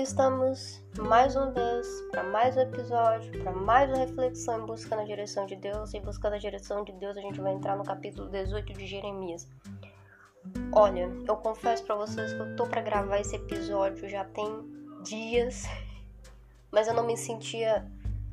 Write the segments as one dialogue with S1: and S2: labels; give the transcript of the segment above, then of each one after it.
S1: estamos mais uma vez para mais um episódio, para mais uma reflexão em busca da direção de Deus. E buscando a direção de Deus, a gente vai entrar no capítulo 18 de Jeremias. Olha, eu confesso para vocês que eu tô para gravar esse episódio já tem dias, mas eu não me sentia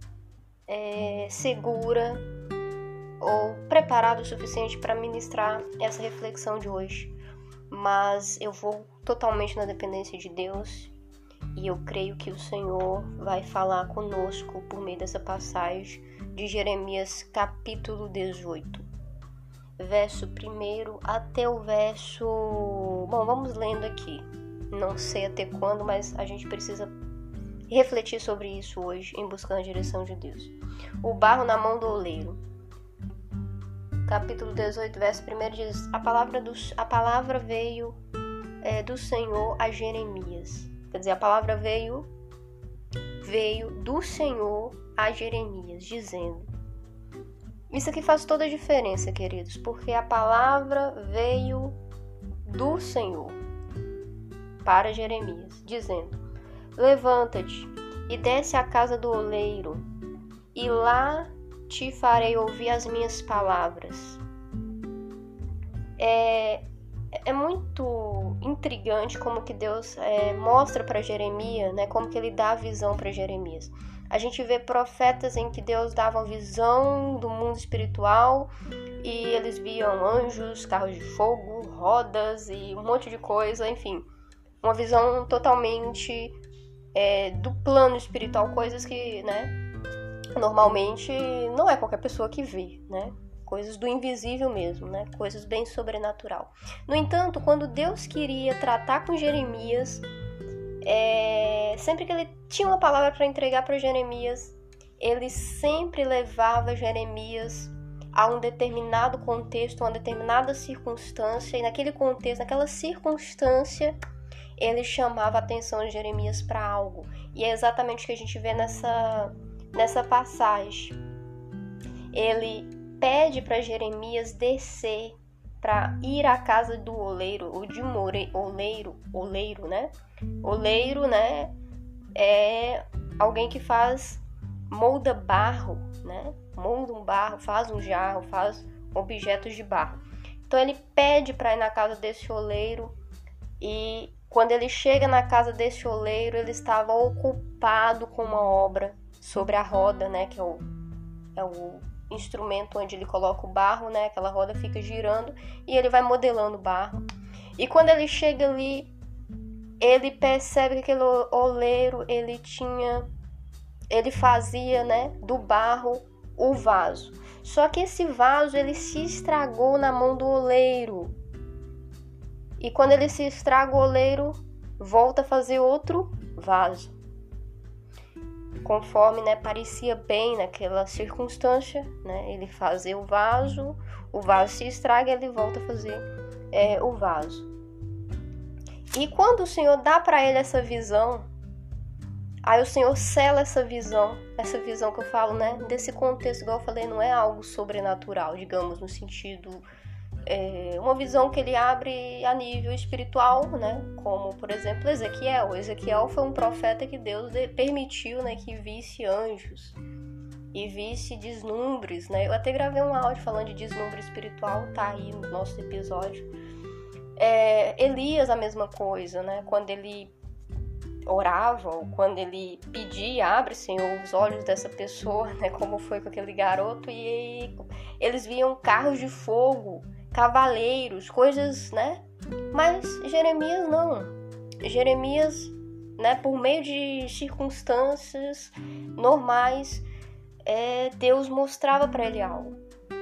S1: segura ou preparada o suficiente para ministrar essa reflexão de hoje. Mas eu vou totalmente na dependência de Deus e eu creio que o Senhor vai falar conosco por meio dessa passagem de Jeremias capítulo 18, verso 1 até o verso... Bom, vamos lendo aqui. Não sei até quando, mas a gente precisa refletir sobre isso hoje em buscando a direção de Deus. O barro na mão do oleiro. Capítulo 18, verso 1 diz: A palavra veio do Senhor a Jeremias. Quer dizer, a palavra veio do Senhor a Jeremias, dizendo... Isso aqui faz toda a diferença, queridos, porque a palavra veio do Senhor para Jeremias, dizendo: Levanta-te e desce à casa do oleiro, e lá te farei ouvir as minhas palavras. É muito intrigante como que Deus mostra para Jeremias, né, como que ele dá a visão para Jeremias. A gente vê profetas em que Deus dava uma visão do mundo espiritual e eles viam anjos, carros de fogo, rodas e um monte de coisa, enfim. Uma visão totalmente do plano espiritual, coisas que, né, normalmente não é qualquer pessoa que vê, né? Coisas do invisível mesmo, né? Coisas bem sobrenatural. No entanto, quando Deus queria tratar com Jeremias, sempre que ele tinha uma palavra para entregar para Jeremias, ele sempre levava Jeremias a um determinado contexto, a uma determinada circunstância, e naquele contexto, naquela circunstância, ele chamava a atenção de Jeremias para algo. E é exatamente o que a gente vê nessa passagem. Ele pede para Jeremias descer para ir à casa do oleiro, ou de oleiro, né? Oleiro, né, é alguém que molda barro, né? Molda um barro, faz um jarro, faz objetos de barro. Então ele pede para ir na casa desse oleiro, e quando ele chega na casa desse oleiro, ele estava ocupado com uma obra sobre a roda, né, que é o instrumento onde ele coloca o barro, né, aquela roda fica girando e ele vai modelando o barro. E quando ele chega ali, ele percebe que aquele oleiro, ele fazia, né, do barro o vaso. Só que esse vaso, ele se estragou na mão do oleiro. E quando ele se estraga, o oleiro volta a fazer outro vaso. Conforme, né, parecia bem naquela circunstância, né, ele fazer o vaso se estraga, ele volta a fazer o vaso. E quando o Senhor dá para ele essa visão, aí o Senhor sela essa visão que eu falo, né, desse contexto, igual eu falei, não é algo sobrenatural, digamos, no sentido... uma visão que ele abre a nível espiritual, né? Como, por exemplo, Ezequiel. Ezequiel foi um profeta que Deus permitiu, né, que visse anjos e visse deslumbres, né? Eu até gravei um áudio falando de deslumbre espiritual, tá aí no nosso episódio. Elias, a mesma coisa, né? Quando ele orava, ou quando ele pedia, abre, Senhor, os olhos dessa pessoa, né? Como foi com aquele garoto, e eles viam carros de fogo, cavaleiros, coisas, né? Mas Jeremias não. Jeremias, né, por meio de circunstâncias normais, Deus mostrava para ele algo.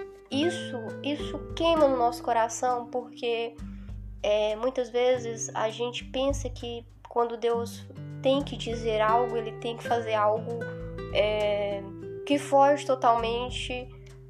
S1: Isso queima no nosso coração, porque muitas vezes a gente pensa que quando Deus tem que dizer algo, ele tem que fazer algo que foge totalmente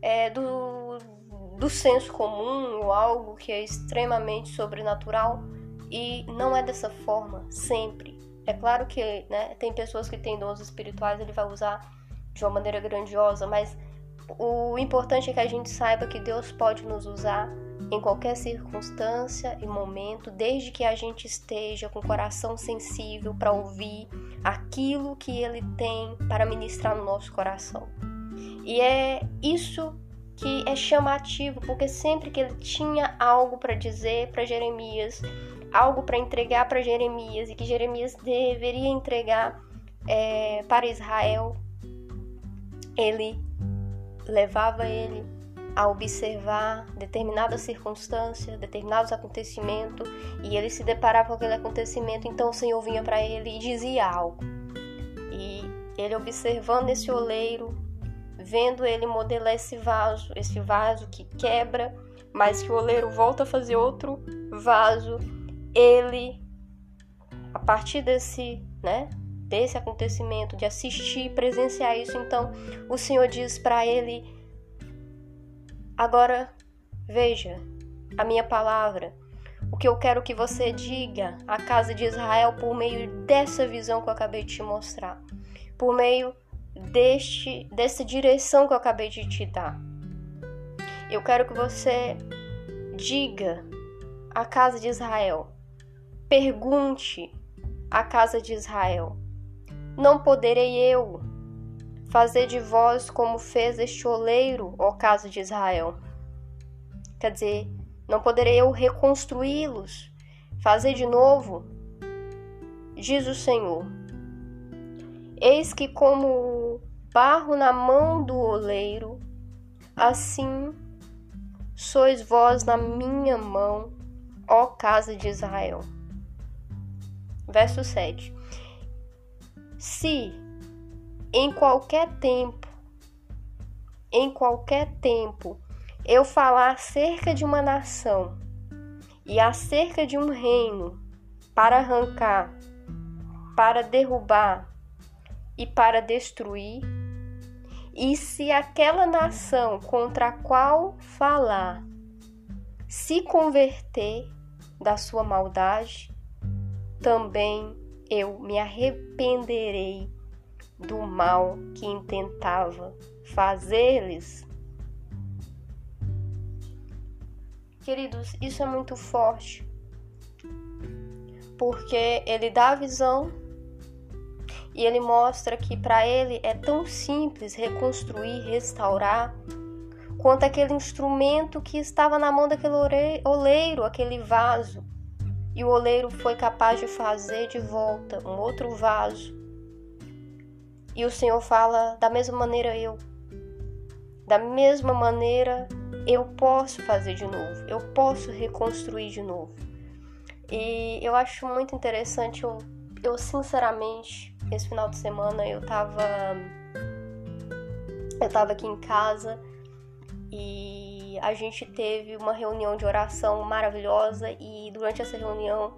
S1: do senso comum, ou algo que é extremamente sobrenatural, e não é dessa forma sempre. É claro que, né, tem pessoas que têm dons espirituais, ele vai usar de uma maneira grandiosa, mas o importante é que a gente saiba que Deus pode nos usar em qualquer circunstância e momento, desde que a gente esteja com o coração sensível para ouvir aquilo que Ele tem para ministrar no nosso coração. E é isso que é chamativo, porque sempre que Ele tinha algo para dizer para Jeremias, algo para entregar para Jeremias e que Jeremias deveria entregar para Israel, Ele levava ele a observar determinadas circunstâncias, determinados acontecimentos, e ele se deparava com aquele acontecimento. Então o Senhor vinha para ele e dizia algo. E ele, observando esse oleiro, vendo ele modelar esse vaso que quebra, mas que o oleiro volta a fazer outro vaso, ele, a partir desse acontecimento, de assistir, presenciar isso, então o Senhor diz para ele: agora veja a minha palavra, o que eu quero que você diga à casa de Israel por meio dessa visão que eu acabei de te mostrar, por meio dessa direção que eu acabei de te dar. Eu quero que você diga à casa de Israel, pergunte à casa de Israel: não poderei eu fazer de vós como fez este oleiro, ó casa de Israel? Quer dizer, não poderei eu reconstruí-los, fazer de novo? Diz o Senhor: eis que como barro na mão do oleiro, assim sois vós na minha mão, ó casa de Israel. Verso 7. Se em qualquer tempo eu falar acerca de uma nação e acerca de um reino para arrancar, para derrubar e para destruir, e se aquela nação contra a qual falar se converter da sua maldade, também eu me arrependerei do mal que intentava fazer-lhes. Queridos, isso é muito forte, porque ele dá a visão e ele mostra que para ele é tão simples reconstruir, restaurar, quanto aquele instrumento que estava na mão daquele oleiro, aquele vaso. E o oleiro foi capaz de fazer de volta um outro vaso. E o Senhor fala: da mesma maneira eu posso fazer de novo, eu posso reconstruir de novo. E eu acho muito interessante, eu sinceramente, esse final de semana eu tava aqui em casa e a gente teve uma reunião de oração maravilhosa, e durante essa reunião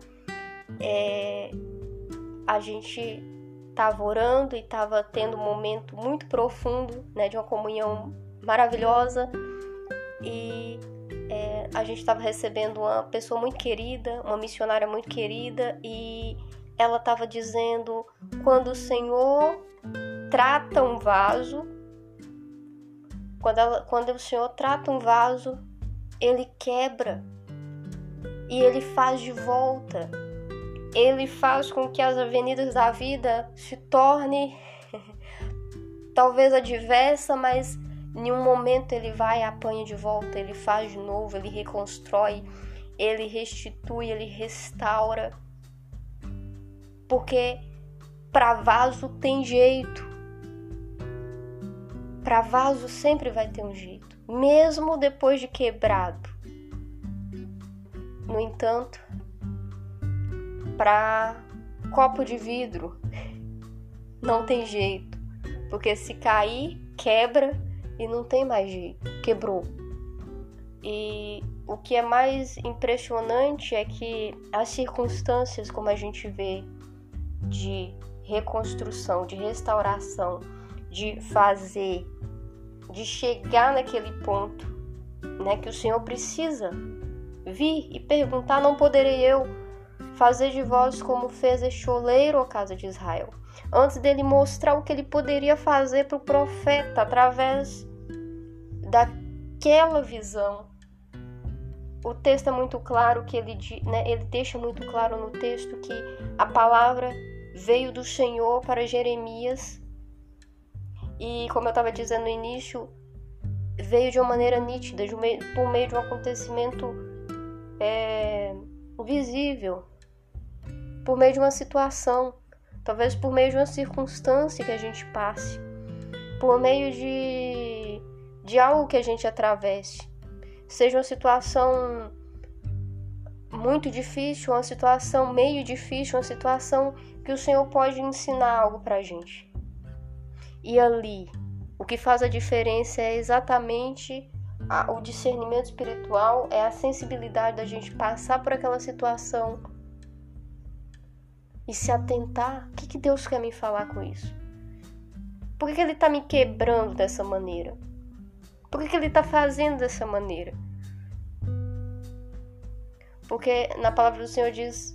S1: a gente estava orando e estava tendo um momento muito profundo, de uma comunhão maravilhosa, e a gente estava recebendo uma pessoa muito querida, uma missionária muito querida, e ela estava dizendo: quando o Senhor trata um vaso, quando o Senhor trata um vaso, Ele quebra e Ele faz de volta. Ele faz com que as avenidas da vida se tornem talvez adversa, mas em um momento Ele vai e apanha de volta, Ele faz de novo, Ele reconstrói, Ele restitui, Ele restaura. Porque para vaso tem jeito. Para vaso sempre vai ter um jeito, mesmo depois de quebrado. No entanto, para copo de vidro não tem jeito, porque se cair, quebra e não tem mais jeito, quebrou. E o que é mais impressionante é que as circunstâncias, como a gente vê, de reconstrução, de restauração, de fazer, de chegar naquele ponto, que o Senhor precisa vir e perguntar: não poderei eu fazer de vós como fez este oleiro, ó casa de Israel? Antes dele mostrar o que ele poderia fazer para o profeta através daquela visão, o texto é muito claro que ele deixa muito claro no texto que a palavra veio do Senhor para Jeremias e, como eu estava dizendo no início, veio de uma maneira nítida, por meio de um acontecimento visível, por meio de uma situação, talvez por meio de uma circunstância que a gente passe, por meio de algo que a gente atravesse. Seja uma situação muito difícil, uma situação meio difícil, uma situação que o Senhor pode ensinar algo pra gente. E ali, o que faz a diferença é exatamente o discernimento espiritual, é a sensibilidade da gente passar por aquela situação e se atentar. O que Deus quer me falar com isso? Por que Ele está me quebrando dessa maneira? Por que Ele está fazendo dessa maneira? Porque na palavra do Senhor diz,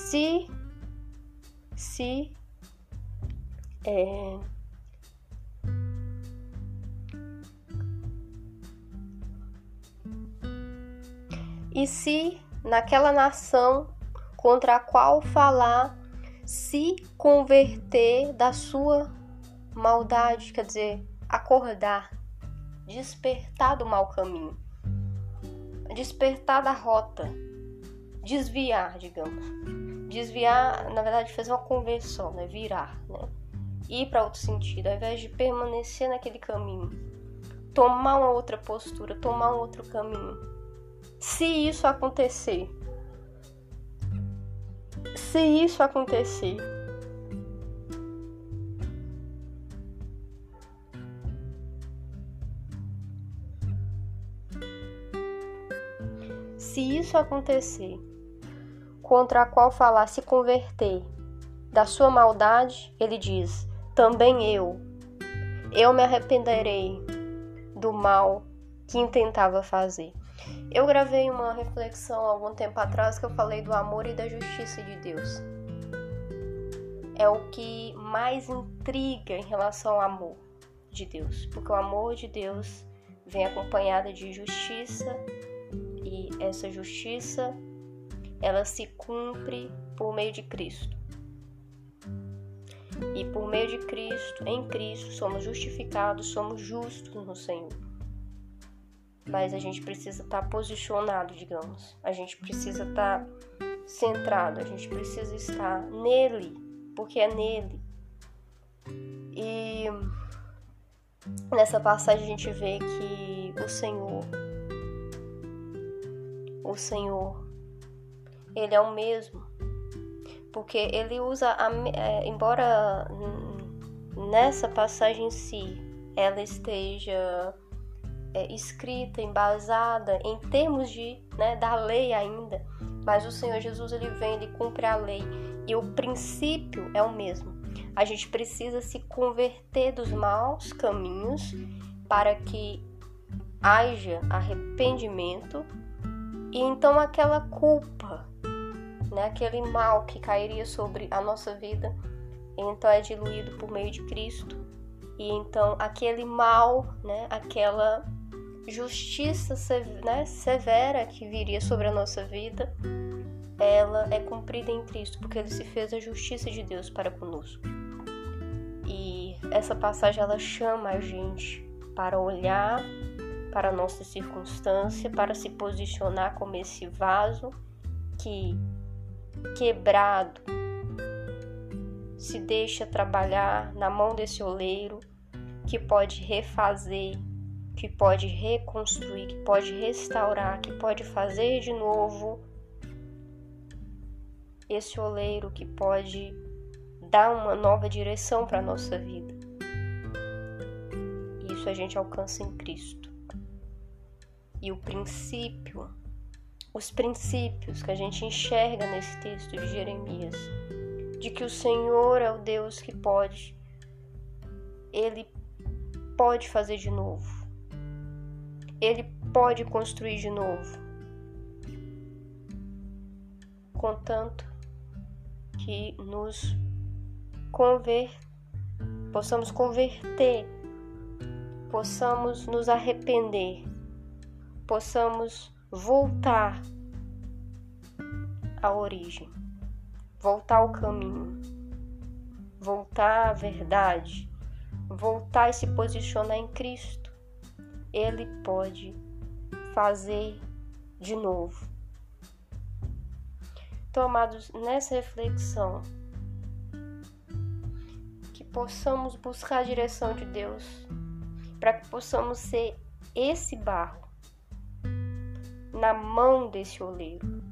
S1: e se naquela nação contra a qual falar se converter da sua maldade, quer dizer, acordar, despertar do mau caminho, despertar da rota, desviar, digamos. Desviar, na verdade, fazer uma conversão, né? Virar, né? Ir para outro sentido, ao invés de permanecer naquele caminho. Tomar uma outra postura, tomar um outro caminho. Se isso acontecer, contra a qual falar se converter da sua maldade, ele diz, também eu me arrependerei do mal que intentava fazer. Eu gravei uma reflexão há algum tempo atrás que eu falei do amor e da justiça de Deus. É o que mais intriga em relação ao amor de Deus, porque o amor de Deus vem acompanhado de justiça, e essa justiça ela se cumpre por meio de Cristo. E por meio de Cristo, em Cristo, somos justificados, somos justos no Senhor. Mas a gente precisa estar posicionado, digamos. A gente precisa estar centrado, a gente precisa estar nele, porque é nele. E nessa passagem a gente vê que o Senhor, Ele é o mesmo. Porque Ele usa, embora nessa passagem em si, ela esteja escrita, embasada em termos da lei ainda, mas o Senhor Jesus ele vem, ele cumpre a lei e o princípio é o mesmo. A gente precisa se converter dos maus caminhos para que haja arrependimento e então aquela culpa, aquele mal que cairia sobre a nossa vida, então é diluído por meio de Cristo. E então aquele mal, aquela justiça severa que viria sobre a nossa vida, ela é cumprida em Cristo, porque Ele se fez a justiça de Deus para conosco. E essa passagem ela chama a gente para olhar para a nossa circunstância, para se posicionar como esse vaso que, quebrado, se deixa trabalhar na mão desse oleiro, que pode refazer, que pode reconstruir, que pode restaurar, que pode fazer de novo. Esse oleiro que pode dar uma nova direção para a nossa vida. Isso a gente alcança em Cristo. E os princípios que a gente enxerga nesse texto de Jeremias, de que o Senhor é o Deus que pode, Ele pode fazer de novo. Ele pode construir de novo. Contanto que possamos converter, possamos nos arrepender, possamos voltar à origem, voltar ao caminho, voltar à verdade, voltar e se posicionar em Cristo, Ele pode fazer de novo. Então, amados, nessa reflexão, que possamos buscar a direção de Deus, para que possamos ser esse barro na mão desse oleiro,